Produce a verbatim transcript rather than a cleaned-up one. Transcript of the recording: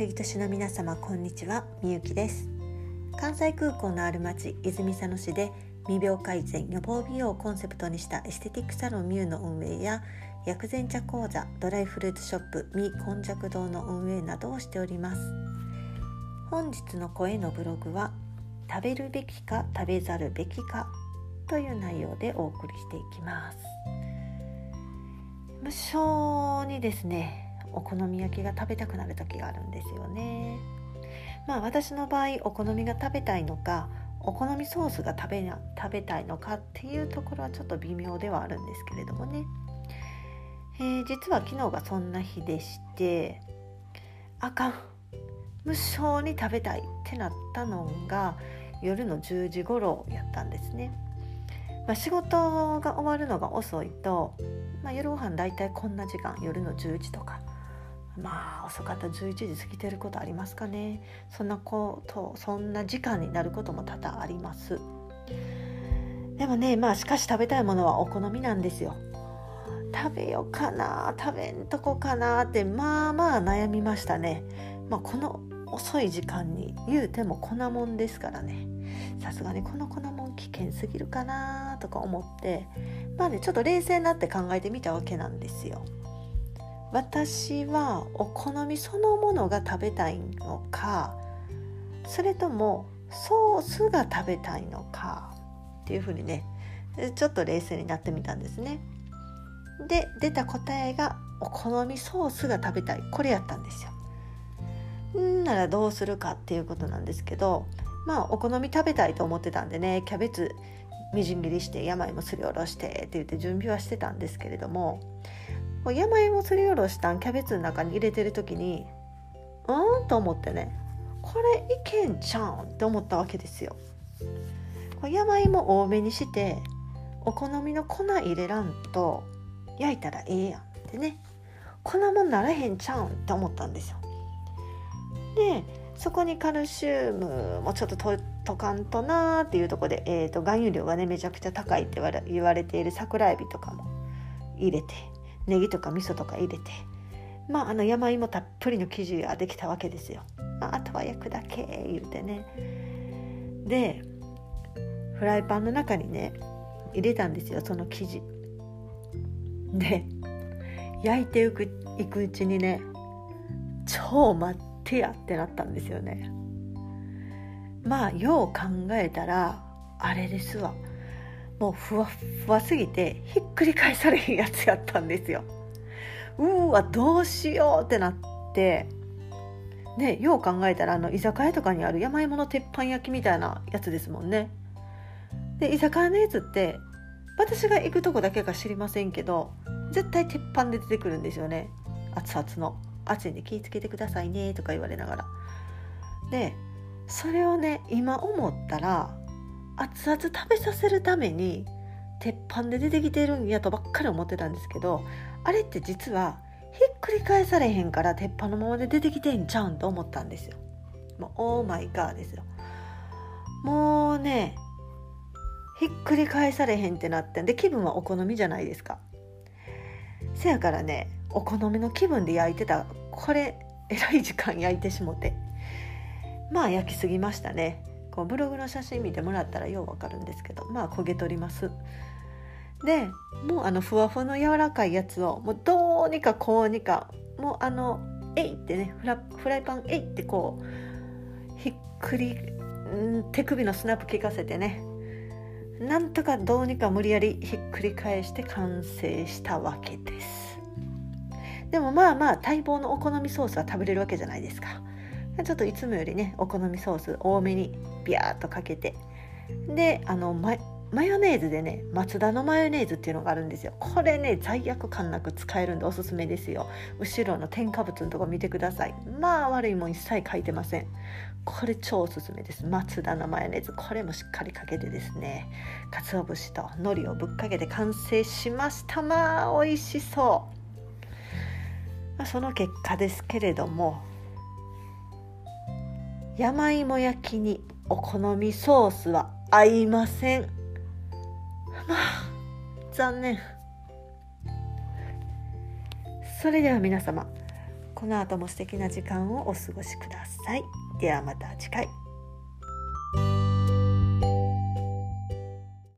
りぎとしの皆様、こんにちは。みゆきです。関西空港のある町泉佐野市で未病改善予防美容をコンセプトにしたエステティックサロンミュウの運営や薬膳茶講座、ドライフルーツショップミこんじゃく堂の運営などをしております。本日の声のブログは食べるべきか食べざるべきかという内容でお送りしていきます。無性にですね、お好み焼きが食べたくなる時があるんですよね。まあ私の場合、お好みが食べたいのかお好みソースが食べな食べたいのかっていうところはちょっと微妙ではあるんですけれどもね、えー、実は昨日がそんな日でして、あかん無性に食べたいってなったのが夜のじゅうじ頃やったんですね。まあ、仕事が終わるのが遅いと、まあ、夜ご飯だいたいこんな時間、夜のじゅうじとか、まあ遅かったじゅういちじ過ぎてることありますかね。そんなことそんな時間になることも多々あります。でもね、まあしかし食べたいものはお好みなんですよ。食べようかな食べんとこかなってまあまあ悩みましたね。まあこの遅い時間に言うても粉もんですからね、さすがにこの粉もん危険すぎるかなとか思って、まあねちょっと冷静になって考えてみたわけなんですよ。私はお好みそのものが食べたいのか、それともソースが食べたいのかっていうふうにね、ちょっと冷静になってみたんですね。で出た答えがお好みソースが食べたい、これやったんですよ。んならどうするかっていうことなんですけど、まあお好み食べたいと思ってたんでね、キャベツみじん切りして山芋すりおろしてって言って準備はしてたんですけれども、山芋すりおろしたんキャベツの中に入れてる時にうんと思ってね、これいけんちゃうんって思ったわけですよ。山芋多めにしてお好みの粉入れらんと焼いたらええやんってね、粉もんならへんちゃうんって思ったんですよ。でそこにカルシウムもちょっとととかんとなーっていうところで、えーと、含有量がねめちゃくちゃ高いって言われ、言われている桜エビとかも入れて、ネギとか味噌とか入れて、まああの山芋たっぷりの生地ができたわけですよ。まあ、あとは焼くだけ言うてね。でフライパンの中にね入れたんですよ、その生地で。焼いていく、いくうちにね、超待ってやってなったんですよね。まあよう考えたらあれですわ、もうふわふわすぎてひっくり返されへんやつやったんですよ。うーわどうしようってなってね、よう考えたらあの居酒屋とかにある山芋の鉄板焼きみたいなやつですもんね。で居酒屋のやつって私が行くとこだけか知りませんけど、絶対鉄板で出てくるんですよね。熱々の、熱いんで気をつけてくださいねとか言われながら。でそれをね今思ったら、熱々食べさせるために鉄板で出てきてるんやとばっかり思ってたんですけど、あれって実はひっくり返されへんから鉄板のままで出てきてんちゃうんと思ったんですよ。もうオーマイガーですよ。もうねひっくり返されへんってなってんで、気分はお好みじゃないですか。せやからね、お好みの気分で焼いてたこれえらい時間焼いてしもて、まあ焼きすぎましたね。こうブログの写真見てもらったらようわかるんですけど、まあ焦げ取ります。でもうあのふわふわの柔らかいやつをもうどうにかこうにか、もうあのえいってね、フラ、フライパンえいってこうひっくりん手首のスナップ効かせてね、なんとかどうにか無理やりひっくり返して完成したわけです。でもまあまあ待望のお好みソースは食べれるわけじゃないですか。ちょっといつもよりねお好みソース多めにビャーっとかけて、であのママヨネーズでね、松田のマヨネーズっていうのがあるんですよ。これね罪悪感なく使えるんでおすすめですよ。後ろの添加物のところ見てください。まあ悪いもん一切書いてません。これ超おすすめです。松田のマヨネーズ、これもしっかりかけてですね、鰹節と海苔をぶっかけて完成しました。まあ美味しそう、まあ、その結果ですけれども、山芋焼きにお好みソースは合いません。まあ残念。それでは皆様、 この後も素敵な時間をお過ごしください。ではまた次回。